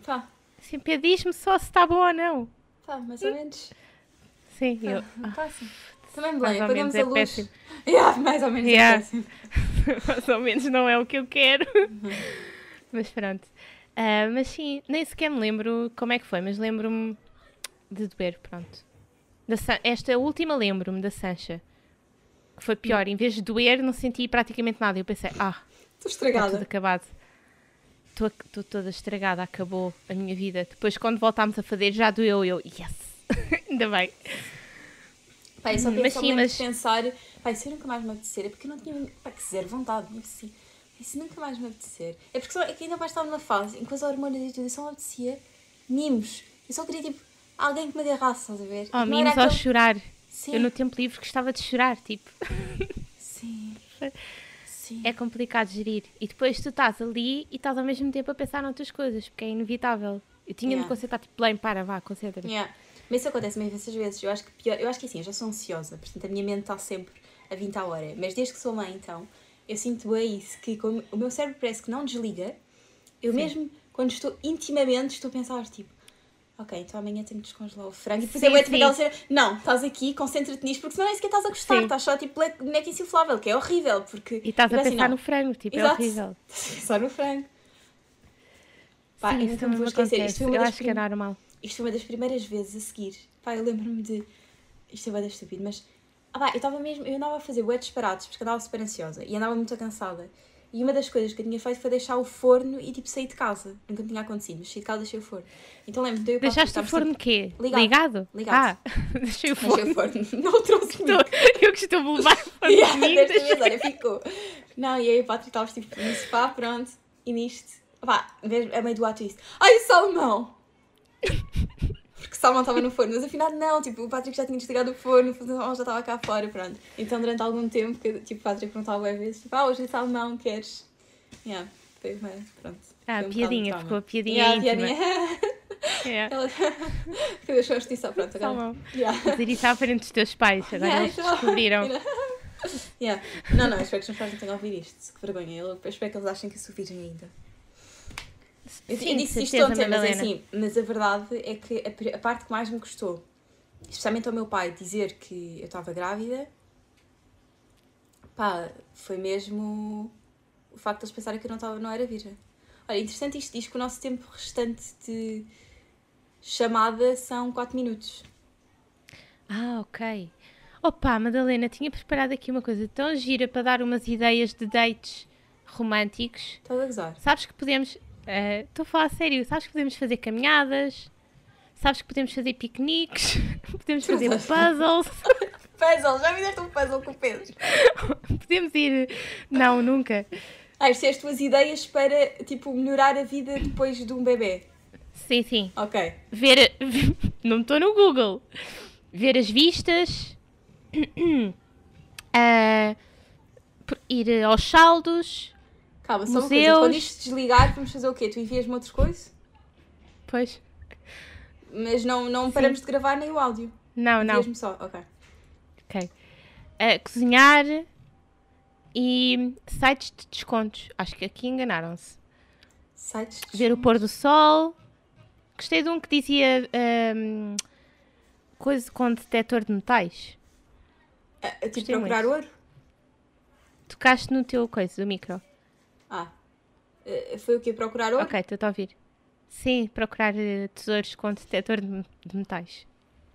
Pá. Assim, Pia, diz-me só se está bom ou não. Pá, mais ou menos. Sim, Pá, eu... pá, sim. Também Mais bem, ou apagamos menos a é luz. péssimo. Yeah, mais ou menos Yeah. é péssimo. Mais ou menos não é o que eu quero. Uhum. Mas pronto. Ah, mas sim, nem sequer me lembro como é que foi, mas lembro-me de doer, pronto. Da San- Esta última lembro-me da Sancha. Que foi pior, em vez de doer, não senti praticamente nada. Eu pensei, ah, Estou está tudo estragada. acabado. Estou estou toda estragada, acabou a minha vida. Depois, quando voltámos a fazer, já doeu. Eu, yes, ainda bem. Pá, eu só, Mas só sim, me lembro mas- de pensar, pá, se eu nunca mais me apetecer, é porque eu não tinha, pá, que zero vontade, não assim. Se nunca mais me apetecer. É porque só, é que ainda mais estava numa fase em que as hormonas e tudo, eu só me apetecia mimos. Eu só queria, tipo, alguém que me agarrasse, estás a ver? Oh, Não mimos era ao aquele- chorar. Sim, Eu no tempo livre gostava de chorar, tipo. sim, sim. É complicado gerir. E depois tu estás ali e estás ao mesmo tempo a pensar noutras coisas, porque é inevitável. Eu tinha de me Yeah. concentrar, tipo, bem, para, vá, concentra-te. Yeah. Mas isso acontece mesmo essas vezes. Eu acho que pior, eu acho que assim, eu já sou ansiosa, portanto a minha mente está sempre a vinte à hora. Mas desde que sou mãe, então, eu sinto bem isso, que como o meu cérebro parece que não desliga, eu Sim. mesmo, quando estou intimamente, estou a pensar, tipo, ok, então amanhã tenho que descongelar o frango. E depois Sim, eu entro sim. naquela cena, não, estás aqui, concentra-te nisto, porque senão nem sequer estás a gostar, Sim. estás só tipo boneco insuflável, que é horrível, porque... E estás a eu assim, pensar não. no frango, tipo, Exato. é horrível. Só no frango. Pá, Sim, eu isso nunca me também vou me esquecer. acontece. Isto foi uma Eu das acho que é prim- normal. Isto foi uma das primeiras vezes a seguir. Pá, eu lembro-me de... Isto é bué da estúpido, mas... Ah pá, eu estava mesmo... Eu andava a fazer bué disparados, porque andava super ansiosa. E andava muito cansada. E uma das coisas que eu tinha feito foi deixar o forno e, tipo, sair de casa. Nunca me tinha acontecido, mas saí de casa e deixei o forno. Então lembro-me de eu e o Patrick Deixaste o estávamos, forno tipo, quê? ligado. Ligado? Ligado. Ah, deixei o Deixei forno. o forno. Não o trouxe comigo. Eu costumo levar o forno Yeah, comigo. desta deixei- vez, olha, ficou. Não, e aí o Patrick estávamos, tipo, no sofá, pronto. E nisto... Pá, a meio do ato isso. Ai, o salmão! Porque o salmão estava no forno, mas afinal não, tipo, o Patrick já tinha desligado o forno, o salmão já estava cá fora, pronto. Então durante algum tempo, que, tipo, o Patrick perguntava às vezes, tipo, ah, hoje é salmão, queres? Yeah, foi, mas, pronto. Ah, foi um piadinha, bocado de ficou a trauma. piadinha Yeah, íntima. piadinha. Yeah. Ela que deixou a justiça, pronto, agora. Salmão. Yeah. Dizer isso à frente dos teus pais, agora Yeah, eles então- descobriram. Yeah. Não, não, eu espero que os meus pais não tenham ouvido isto, que vergonha, eu eu espero que eles achem que eu sou virgem ainda. Eu, Sim, eu de disse isto certeza, ontem, mas é Madalena. assim, mas a verdade é que a, pri- a parte que mais me custou, especialmente ao meu pai, dizer que eu estava grávida, pá, foi mesmo o facto de eles pensarem que eu não, estava, não era virgem. Olha, interessante isto diz que o nosso tempo restante de chamada são quatro minutos. Ah, ok. Opa, Madalena, tinha preparado aqui uma coisa tão gira para dar umas ideias de dates românticos. Estás a gozar? Sabes que podemos... eh, Estou a falar a sério. Sabes que podemos fazer caminhadas. Sabes que podemos fazer piqueniques. Podemos fazer puzzles. Puzzle, já fizeste um puzzle com o Pedro? Podemos ir... Não, nunca. Ah, isto é as tuas ideias para, tipo, melhorar a vida depois de um bebê. Sim, sim. Ok. Ver... Não estou no Google. Ver as vistas. Ah, por- ir aos saldos. Calma, só uma coisa. Museus. Quando isto desligar, vamos fazer o quê? Tu envias-me outras coisas? Pois. Mas não, não paramos de gravar nem o áudio. Não, não. Envias-me só, ok. Ok. Ah, cozinhar e sites de descontos. Acho que aqui enganaram-se. Sites de Ver o pôr do sol. Gostei de um que dizia ahm, coisa com detector de metais. Ah, tipo, Gostei procurar ouro? Tocaste no teu coisa, do micro. Ah. Ah, foi o quê? Procurar ouro? Ok, estou a ouvir. Sim, procurar eh, tesouros com detector de, de metais.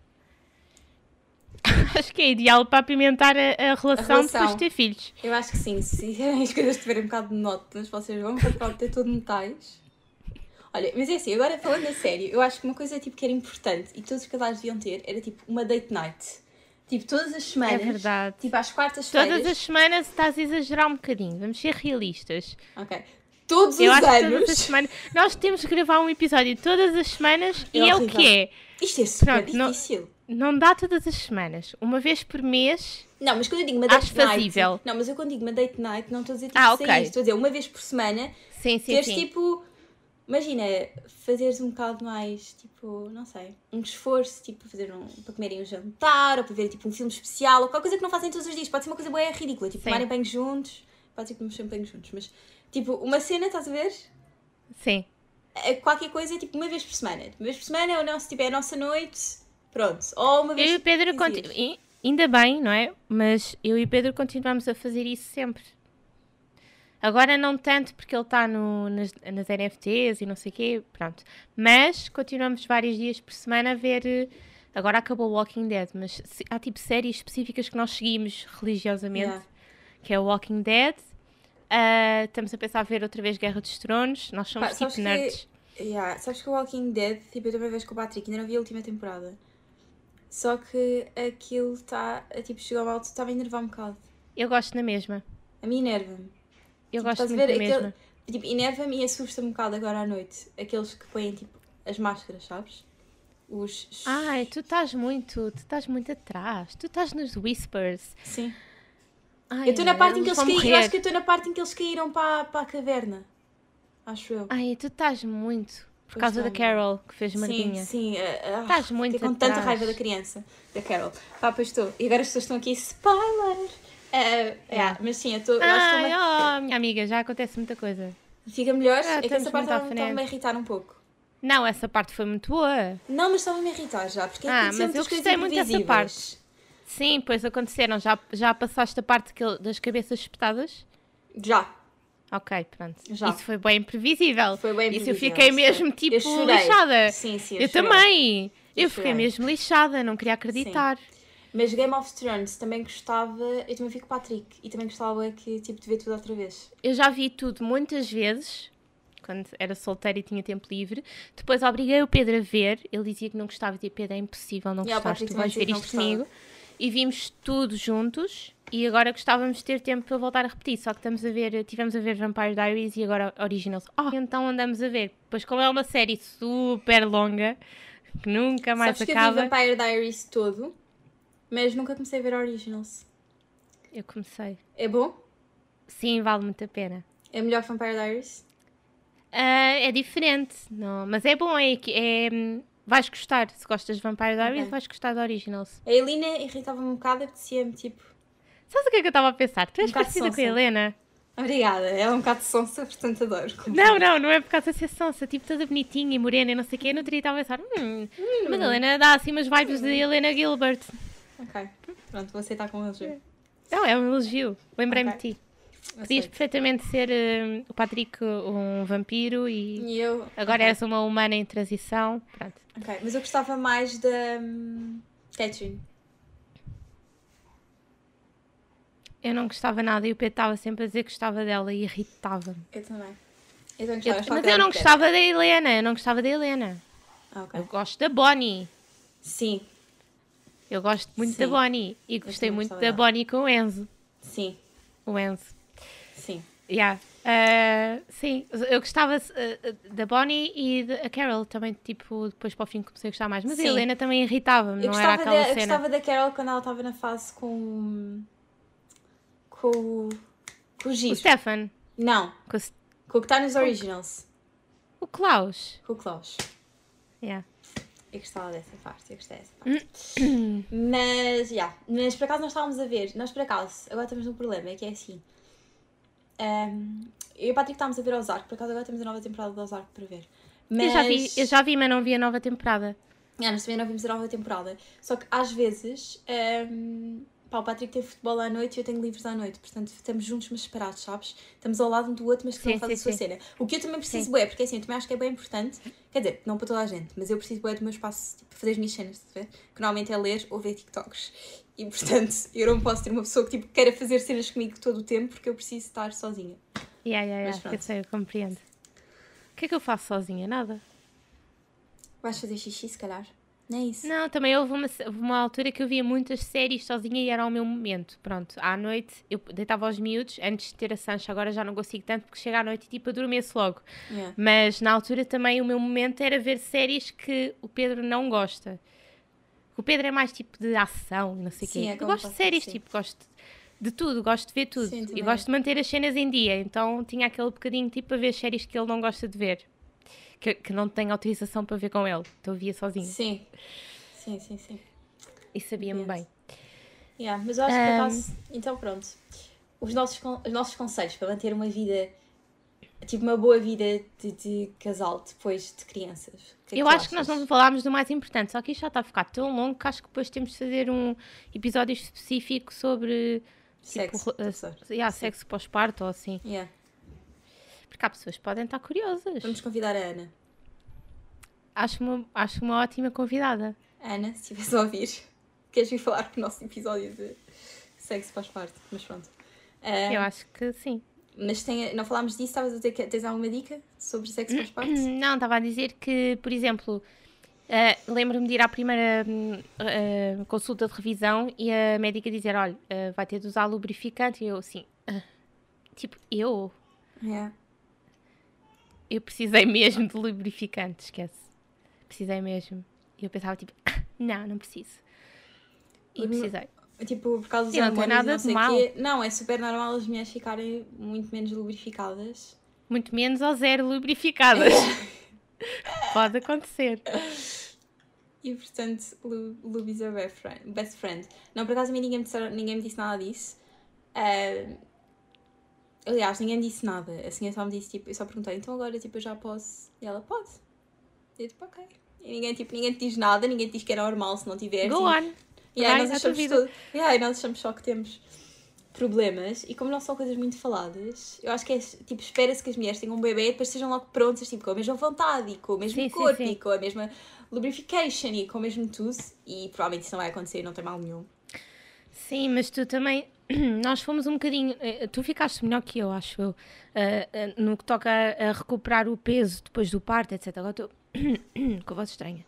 Acho que é ideal para apimentar a, a relação, relação. depois de ter filhos. Eu acho que sim. Se as coisas estiverem um bocado monótonas, vocês vão procurar ter todo metais. Olha, mas é assim, agora falando a sério, eu acho que uma coisa tipo, que era importante e que todos os casais deviam ter era tipo uma date night. Tipo, todas as semanas. É verdade. Tipo, às quartas-feiras. Todas as semanas estás a exagerar um bocadinho. Vamos ser realistas. Ok. Todos Eu os acho que todas as anos. semanas... Nós temos que gravar um episódio todas as semanas É e é o horrível. que é. Isto é super Pronto, não- difícil. Não dá todas as semanas. Uma vez por mês. Não, mas quando eu digo uma date Acho night. fazível. Não, mas eu quando digo uma date night, não estou a dizer tipo Ah, sair. ok. Estou a dizer uma vez por semana. Sim, sim, Teres sim. tipo. Imagina, fazeres um bocado mais, tipo, não sei, um esforço, tipo, para fazer um, para comerem um jantar, ou para ver, tipo, um filme especial, ou qualquer coisa que não fazem todos os dias. Pode ser uma coisa bem ridícula, tipo, Sim. tomarem banho juntos. Pode ser que não sempre banho juntos, mas, tipo, uma cena, estás a ver? Sim. qualquer coisa é tipo uma vez por semana. Uma vez por semana é, o nosso, tipo, é a nossa noite, pronto. Ou uma vez eu e o Pedro, conti- ainda bem, não é? Mas eu e o Pedro continuamos a fazer isso sempre. Agora não tanto porque ele está nas, nas N F Ts e não sei o quê, pronto. Mas continuamos vários dias por semana a ver... Agora acabou o Walking Dead, mas há tipo séries específicas que nós seguimos religiosamente, yeah. que é o Walking Dead. Uh, estamos a pensar a ver outra vez Guerra dos Tronos. Nós somos Pá, tipo nerds. Que, yeah, sabes que o Walking Dead, tipo, eu também vejo com o Patrick, ainda não vi a última temporada. Só que aquilo está, tipo, chegou ao alto, estava a enervar um bocado. Eu gosto na mesma. A mim enerva-me. Eu tipo, gosto muito da mesma. Aquele, tipo, enerva-me e assusta-me um bocado agora à noite. Aqueles que põem, tipo, as máscaras, sabes? Os... Ai, tu estás muito, tu estás muito atrás. Tu estás nos whispers. Sim. Ai, eu estou na parte em que eles caíram. Eu acho que eu estou na parte em que eles caíram para, para a caverna. Acho eu. Ai, tu estás muito. Por pois causa da Carol, que fez merdinha. Sim, sim. Uh, estás muito atrás. Com tanta raiva da criança, da Carol. Pá, pois estou. E agora as pessoas estão aqui, spoiler! Uh, yeah, mas sim, eu estou. Ai, uma... oh, minha amiga, já acontece muita coisa. Fica melhor? Ah, é que essa parte estava-me a irritar um pouco. Não, essa parte foi muito boa. Não, mas estava-me a irritar já, porque ah, mas eu gostei muito dessa parte. Sim, pois aconteceram. Já, já passaste a parte das cabeças espetadas? Já. Ok, pronto. Já. Isso foi bem previsível. Foi bem previsível. Isso eu fiquei mesmo tipo lixada. Sim, sim, eu, eu também. Eu, eu fiquei mesmo lixada, não queria acreditar. Sim. Mas Game of Thrones também gostava, eu também fico com o Patrick e também gostava que tipo de ver tudo outra vez. Eu já vi tudo muitas vezes. Quando era solteira e tinha tempo livre. Depois obriguei o Pedro a ver. Ele dizia que não gostava. E Pedro, é impossível não gostar. Tu vais ver isto comigo. E vimos tudo juntos. E agora gostávamos de ter tempo para voltar a repetir. Só que estamos a ver, tivemos a ver Vampire Diaries e agora Originals. Oh, então andamos a ver. Pois como é uma série super longa, que nunca mais Sabes acaba. Que eu vi Vampire Diaries todo, mas nunca comecei a ver Originals. Eu comecei. É bom? Sim, vale muito a pena. É melhor que Vampire Diaries? Uh, é diferente, não, mas é bom, é, é, vais gostar, se gostas de Vampire Diaries, okay. vais gostar de Originals. A Helena irritava-me um bocado, apetecia-me tipo... Sabes o que é que eu estava a pensar? Tu és um parecida com a Helena. Obrigada, é um bocado de sonsa, portanto adoro. Não, não, não é por causa de ser sonsa, tipo toda bonitinha e morena e não sei o quê, eu não teria estava a pensar, hum, hum. mas a Helena dá assim umas vibes hum. de Helena Gilbert. Ok, pronto, vou aceitar com um elogio. Não, é um elogio, lembrei-me okay. de ti. Podias perfeitamente ser uh, o Patrick um vampiro e, e eu, agora okay. és uma humana em transição. Pronto. Ok, mas eu gostava mais da um, Catherine. Eu não gostava nada e o Pedro estava sempre a dizer que gostava dela e irritava-me. Eu também. Eu também gostava, eu, mas eu não gostava da Helena, eu não gostava da Helena. Ah, okay. Eu gosto da Bonnie. Sim. Eu gosto muito Sim. da Bonnie e gostei muito da dela. Bonnie com o Enzo. Sim. O Enzo. Sim. Yeah. Uh, sim, eu gostava uh, da Bonnie e da Carol também, tipo, depois para o fim comecei a gostar mais. Mas sim. a Helena também irritava-me, não era aquela da, cena. Eu gostava da Carol quando ela estava na fase com... Com, com o Giro. O Stefan? Não. Com o, com o que está nos Originals. O Klaus? Com o Klaus. Yeah. Eu gostava dessa parte, eu gostei dessa parte. Mas, yeah. Mas por acaso nós estávamos a ver, nós por acaso, agora temos um problema, é que é assim. Um, eu e o Patrick estávamos a ver Ozark, por acaso agora temos a nova temporada de Ozark para ver. Mas... Eu, já vi, eu já vi, mas não vi a nova temporada. Ah, nós também não vimos a nova temporada. Só que às vezes, um, pá, o Patrick tem futebol à noite e eu tenho livros à noite, portanto estamos juntos mas separados, sabes? Estamos ao lado um do outro, mas cada um faz a sua sim. cena. O que eu também preciso é, porque assim, eu também acho que é bem importante, quer dizer, não para toda a gente, mas eu preciso é do meu espaço tipo, para fazer as minhas cenas, estás a ver? Que normalmente é ler ou ver TikToks. E portanto, eu não posso ter uma pessoa que tipo, queira fazer cenas comigo todo o tempo porque eu preciso estar sozinha. Yeah, yeah, yeah. Eu sei, eu compreendo. O que é que eu faço sozinha? Nada. Vais fazer xixi, se calhar. Não é isso? Não, também houve uma, uma altura que eu via muitas séries sozinha e era o meu momento. Pronto, à noite eu deitava aos miúdos, antes de ter a Sancha, agora já não consigo tanto porque chega à noite e tipo adormeço logo. Yeah. Mas na altura também o meu momento era ver séries que o Pedro não gosta. O Pedro é mais tipo de ação, não sei o quê. É eu gosto de séries, assim. tipo, gosto de tudo, gosto de ver tudo. Sim, e gosto de manter as cenas em dia. Então tinha aquele bocadinho tipo a ver séries que ele não gosta de ver. Que, que não tenho autorização para ver com ele. Então via sozinho. Sim, sim, sim, sim. E sabia-me bem. Yeah, mas eu acho que por acaso... Então pronto. Os nossos, os nossos conselhos para manter uma vida tipo, uma boa vida de, de casal depois de crianças? Que é Eu que acho que nós não falámos do mais importante, só que isto já está a ficar tão longo que acho que depois temos de fazer um episódio específico sobre sexo, tipo, uh, yeah, sexo pós-parto ou assim. Yeah. Porque há pessoas que podem estar curiosas. Vamos convidar a Ana. Acho uma, acho uma ótima convidada. Ana, se estivesse a ouvir, queres vir falar com o nosso episódio de sexo pós-parto? Mas pronto. Uh, Eu acho que sim. Mas tem, não falámos disso? Estavas a dizer que tens alguma dica sobre sexo pós-parto? Não, estava a dizer que, por exemplo, uh, lembro-me de ir à primeira uh, consulta de revisão e a médica dizer, olha, uh, vai ter de usar lubrificante. E eu assim, uh, tipo, eu? Yeah. Eu precisei mesmo de lubrificante, esquece. Precisei mesmo. E eu pensava, tipo, não, não preciso. E precisei. Tipo, por causa dos Sim, não tem nada não sei de mal. Quê. Não, é super normal as mulheres ficarem muito menos lubrificadas. Muito menos ou zero lubrificadas. Pode acontecer. E portanto, lube is your best friend, best friend. Não, por acaso a mim ninguém me disse, ninguém me disse nada disso. Uh, aliás, ninguém me disse nada. A senhora só me disse, tipo, eu só perguntei, então agora tipo, eu já posso? E ela, pode. E eu tipo, ok. E ninguém, tipo, ninguém te diz nada, ninguém te diz que era normal se não tiveres. Go on. E aí nós achamos tudo. E aí nós achamos só que temos problemas. E como não são coisas muito faladas, eu acho que é, tipo, espera-se que as mulheres tenham um bebê e depois sejam logo prontas, tipo, com a mesma vontade, e com o mesmo sim, corpo, sim, sim. e com a mesma lubrification, e com o mesmo tudo. E provavelmente isso não vai acontecer, não tem mal nenhum. Sim, mas tu também... Nós fomos um bocadinho... Tu ficaste melhor que eu, acho eu. Uh, uh, no que toca a, a recuperar o peso depois do parto, etcétera. Agora estou com a voz estranha.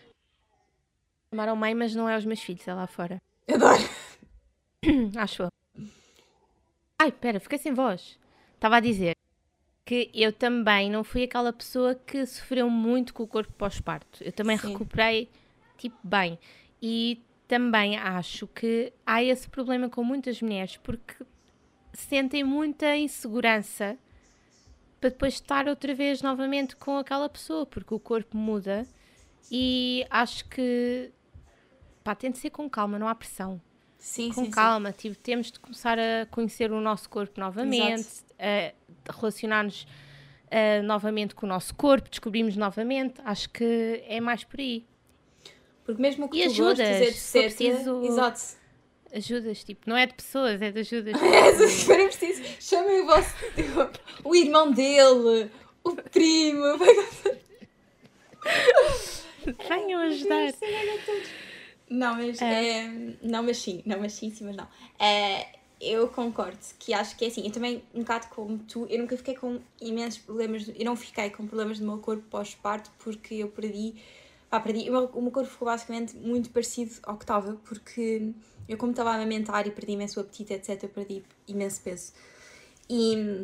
Chamaram mãe, mas não é os meus filhos, é lá fora. Adoro. Acho eu. Ai, pera, fiquei sem voz. Estava a dizer que eu também não fui aquela pessoa que sofreu muito com o corpo pós-parto. Eu também Sim. recuperei, tipo, bem. E também acho que há esse problema com muitas mulheres, porque sentem muita insegurança para depois estar outra vez novamente com aquela pessoa, porque o corpo muda e acho que pá, tem de ser com calma, não há pressão. Sim, com sim, calma, sim. Tipo, temos de começar a conhecer o nosso corpo novamente, a relacionar-nos uh, novamente com o nosso corpo, descobrimos novamente, acho que é mais por aí. Porque mesmo que e tu ajudas, gostes é de ser preciso... Exato. Ajudas, tipo, não é de pessoas, é de ajudas. É, se for preciso, chamem o vosso, tipo, o irmão dele, o primo. Venham ajudar. Não, mas, é. É, não, mas sim, não, mas sim, sim, mas não. É, eu concordo que acho que é assim, eu também, um bocado como tu, eu nunca fiquei com imensos problemas, eu não fiquei com problemas no meu corpo pós-parto porque eu perdi, pá, perdi, o meu, o meu corpo ficou basicamente muito parecido ao que estava, porque eu como estava a amamentar e perdi imenso apetite, etcétera, eu perdi imenso peso. E,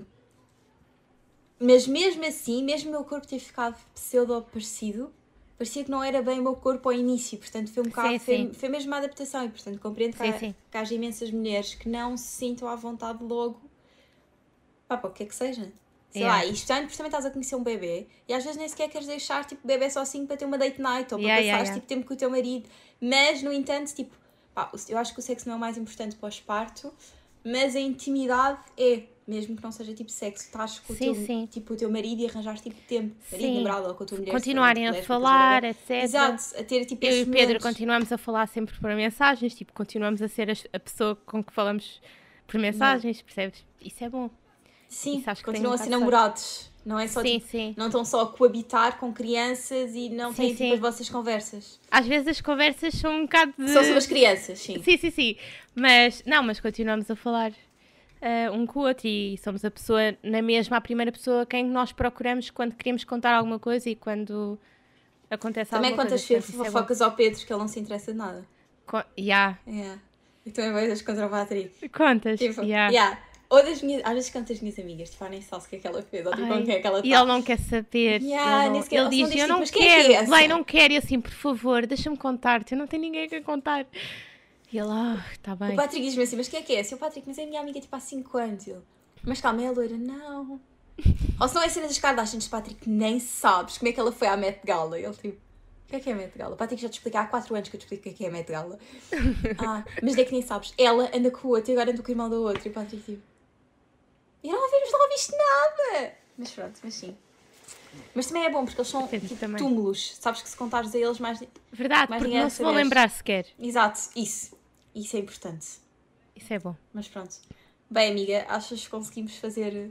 mas mesmo assim, mesmo o meu corpo ter ficado pseudo-parecido, parecia que não era bem o meu corpo ao início, portanto foi um bocado, sim, foi, sim. foi mesmo uma adaptação e portanto compreendo que, sim, há, sim. que haja imensas mulheres que não se sintam à vontade logo, pá, pá, o que é que seja, sei yeah. lá, isto já porque também estás a conhecer um bebê e às vezes nem sequer queres deixar tipo, o bebê sozinho para ter uma date night ou para yeah, passares yeah, yeah. tipo, tempo com o teu marido, mas no entanto, tipo, pá, eu acho que o sexo não é o mais importante pós-parto, mas a intimidade é. Mesmo que não seja tipo sexo, estás com sim, o, teu, sim. Tipo, o teu marido e arranjares tipo tempo, marido, namorado ou com a tua mulher. Continuarem a falar, etcétera. Exato, a ter tipo Eu e o Pedro momentos. continuamos a falar sempre por mensagens, tipo, continuamos a ser a, a pessoa com que falamos por mensagens, não. Percebes? Isso é bom. Sim, Isso acho que continuam a ser namorados. Não é só sim, tipo, sim. não estão só a coabitar com crianças e não sim, têm sim. tipo as vossas conversas. Às vezes as conversas são um bocado de... Só sobre as crianças, sim. Sim, sim, sim. Mas, não, mas continuamos a falar uh, um com o outro e somos a pessoa, na mesma, a primeira pessoa quem nós procuramos quando queremos contar alguma coisa e quando acontece também alguma coisa. Também contas fofocas é ao Pedro que ele não se interessa de nada. Já. Yeah. Yeah. E também vais contra o Patrick. Contas, tipo, yeah. Yeah. Ou das minhas, às vezes canto as minhas amigas, tipo, ah, nem sabe o que é que ela fez, ou tipo, com quem é que ela está. E ele não quer saber. Yeah, ele não, sequer, ele diz, diz, eu tipo, não quem quero, é que é Belém, não quero, e assim, por favor, deixa-me contar-te, eu não tenho ninguém a contar. E ele, ah, está bem. O Patrick diz-me assim, mas quem é que é? Se o Patrick, mas é a minha amiga, tipo, há cinco anos. Ele, mas calma, é a loira? Não. Ou se não é a cena das Kardashians, Patrick, nem sabes como é que ela foi à Met Gala. Ele, tipo, o que é que é a Met Gala? O Patrick já te explica há quatro anos que eu te explico o que é que é a Met Gala. Ah, mas é que nem sabes, ela anda com o outro e agora anda com o irmão do outro. E o Patrick, tipo, eu não ouvimos, não ouviste nada. Mas pronto, mas sim. Mas também é bom, porque eles são Depende tipo também. túmulos. Sabes que se contares a eles mais... Verdade, mais porque ninguém não vai se vão saber. lembrar sequer. Exato, isso. Isso é importante. Isso é bom. Mas pronto. Bem, amiga, achas que conseguimos fazer...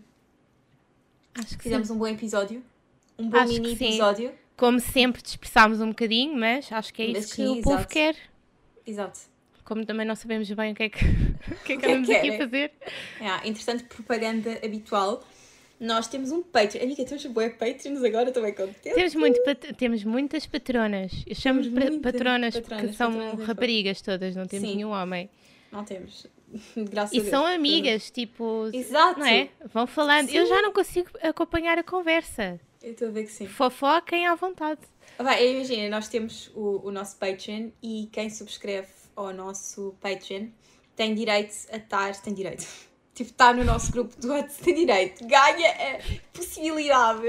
Acho que Fizemos sim. um bom episódio? Um bom Acho que mini sim. episódio? Como sempre, dispersámos um bocadinho, mas acho que é Mas isso que sim, o povo exato. quer. Exato. Como também não sabemos bem o que é que, o que, é que andamos aqui a fazer. É, entretanto, propaganda habitual. Nós temos um Patreon. Amiga, temos bué Patreons agora, estou bem contente. Temos, muito, pat- temos muitas patronas. Eu chamo Temos pa- muita patronas, patronas, porque são patronas é raparigas todas, não temos Sim. nenhum homem. Não temos. Graças E a Deus. são amigas, tipo... Exato. Não é? Vão falando. Sim. Eu já não consigo acompanhar a conversa. Eu estou a ver que sim. Fofoquem à vontade. Ah, vai, imagina, nós temos o, o nosso Patreon e quem subscreve ao nosso Patreon tem direito a estar... Tem direito. Tipo, está no nosso grupo do WhatsApp. Tem direito. Ganha a possibilidade.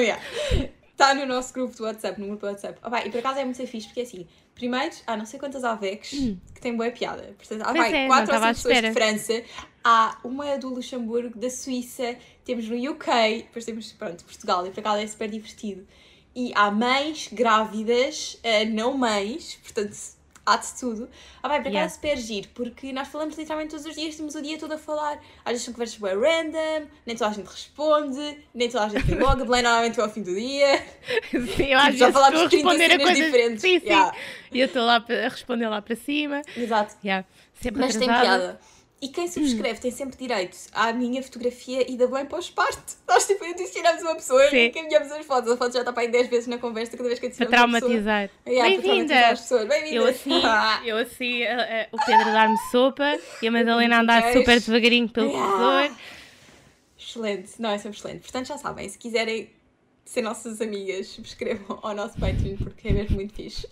Está no nosso grupo do WhatsApp, no grupo do WhatsApp. Ah, vai, e por acaso é muito fixe, porque é assim... Primeiro, há não sei quantas AVECs que têm boa piada. Portanto, há Pois vai, é, quatro não ou estava cinco à pessoas de espera. França. Há uma do Luxemburgo, da Suíça, temos no U K, depois temos, pronto, Portugal, e por acaso é super divertido. E há mães grávidas, uh, não mães, portanto, há de tudo. Ah, vai, por acaso Yeah. é super giro, porque nós falamos literalmente todos os dias, temos o dia todo a falar. Às vezes são conversas bem random, nem toda a gente responde, nem toda a gente tem logo, bem normalmente ao fim do dia. Sim, eu às já vezes falámos estou a trinta responder a cenas coisas diferentes. Sim, sim. Yeah. E eu estou lá a responder lá para cima. Exato. Yeah. Sempre Mas tem atrasada. piada. E quem subscreve tem sempre direito à minha fotografia e da Belém pós-parte. Nós tipo adicionamos uma pessoa Sim. e encaminhamos as fotos. A foto já está para aí dez vezes na conversa cada vez que Para adicionamos uma pessoa. traumatizar. Yeah, para Bem-vinda! traumatizar as pessoas. Bem-vinda! Eu assim, eu assim a- a- o Pedro dar-me sopa e a Madalena a andar Queijo. super devagarinho pelo Yeah. corredor. Excelente. Não, é sempre excelente. Portanto, já sabem, se quiserem ser nossas amigas, subscrevam ao nosso Patreon porque é mesmo muito fixe.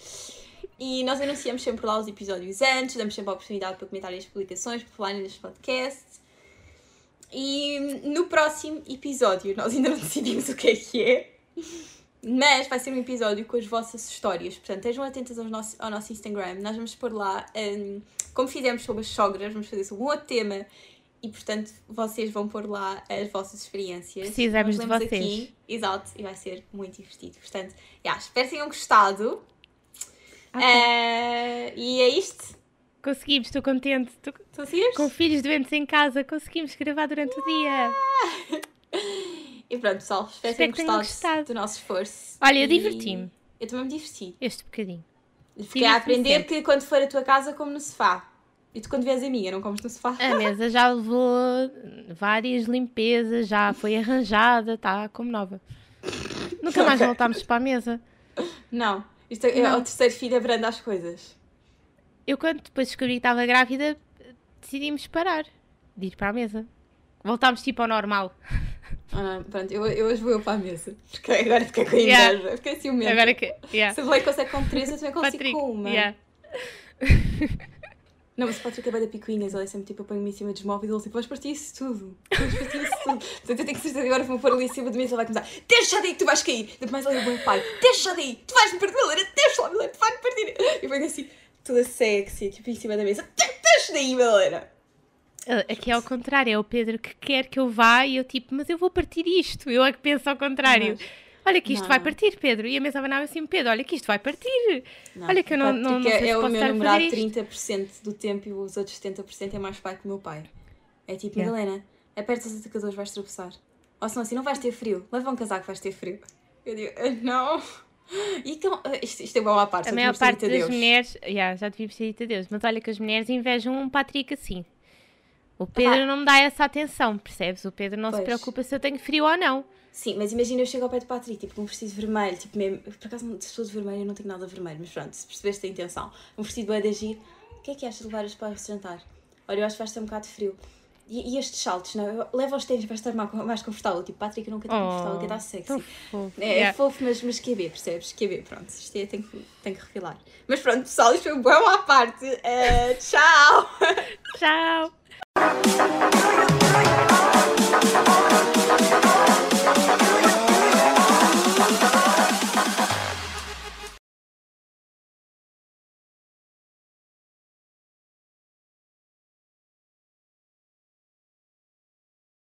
E nós anunciamos sempre lá os episódios antes, damos sempre a oportunidade para comentarem as publicações, para falarem neste podcast. E no próximo episódio, nós ainda não decidimos o que é que é, mas vai ser um episódio com as vossas histórias. Portanto, estejam atentas ao nosso, ao nosso Instagram. Nós vamos pôr lá, um, como fizemos sobre as sogras, vamos fazer sobre um outro tema. E, portanto, vocês vão pôr lá as vossas experiências. Precisamos Nós de lemos vocês. Aqui, exato, e vai ser muito divertido. Portanto, yeah, espero que tenham gostado. Ok. Uh, e é isto. Conseguimos, estou contente. Estou Conseguimos? com filhos doentes em casa, conseguimos gravar durante o dia. E pronto, pessoal, espero, Espero que tenham que tenham gostado, gostado. do nosso esforço. Olha, eu E diverti-me Eu também me diverti. este bocadinho. Fiquei a Divirto-me aprender sempre. que quando for a tua casa, como no sofá. E tu, quando vies a minha, não comes no sofá? A mesa já levou várias limpezas, já foi arranjada, está como nova. Nunca mais Ok. voltámos para a mesa. Não. Isto é, é Não. o terceiro filho abranda as coisas. Eu, quando depois descobri que estava grávida, decidimos parar de ir para a mesa. Voltámos tipo ao normal. Ah, não, pronto, eu, eu hoje vou eu para a mesa. Porque agora fiquei com Yeah. inveja. Fiquei ciumenta. Agora que. Yeah. Se a Blake consegue com três, eu também consigo Patrick, com uma. yeah. Não, mas o Patrick é bem da picuinhas. Ele é sempre tipo, eu ponho-me em cima dos móveis e ele tipo, vais partir isso tudo. Vais partir isso tudo. Portanto, eu tenho que certeza que agora vou pôr ali em cima de mim e ele vai começar. Deixa daí que tu vais cair. Depois mais ali o meu pai. Deixa daí. Tu vais-me partir. Milena, deixa lá, Milena. Tu vais-me partir. E venho assim, toda sexy, tipo em cima da mesa. Deixa daí, Milena. Aqui é ao contrário, é o Pedro que quer que eu vá e eu tipo, mas eu vou partir isto. Eu é que penso ao contrário. Mas- Olha que isto Não. vai partir, Pedro. E a mesa abanava assim, Pedro, olha que isto vai partir. Não, Olha que eu não, não, não Patrick sei é se o posso meu estar a fazer namorado isto. trinta por cento do tempo e os outros setenta por cento é mais pai que o meu pai. É tipo, Yeah. Madalena, aperta os atacadores, vais tropeçar. Ou senão assim, não vais ter frio. Leva um casaco, vais ter frio. Eu digo, "Ah, não. E então, ah, isto, isto é bom à parte. A só maior devíamos ter parte dito das adeus. mulheres, yeah, já devíamos ter dito adeus, mas olha que as mulheres invejam um Patrick assim. O Pedro Ah. não me dá essa atenção, percebes? O Pedro não se Pois. preocupa se eu tenho frio ou não. Sim, mas imagina eu chego ao pé do Patrick, tipo, com um vestido vermelho, tipo, mesmo, por acaso, se estou de vermelho, eu não tenho nada vermelho, mas pronto, se percebeste a intenção. Um vestido bem de agir, o que é que achas de levar as para o jantar? Olha, eu acho que vais ter um bocado de frio. E, e estes saltos, não? Eu- Leva os tênis para estar mais, mais confortável. Tipo, Patrick, eu nunca estou confortável, que está sexy. tão fofo. É, Yeah. é fofo, mas, mas Q B, percebes? Q B, pronto, isto é, tem que, tem que refilar. Mas pronto, pessoal, isto foi um bom à parte. Eh, tchau! Tchau!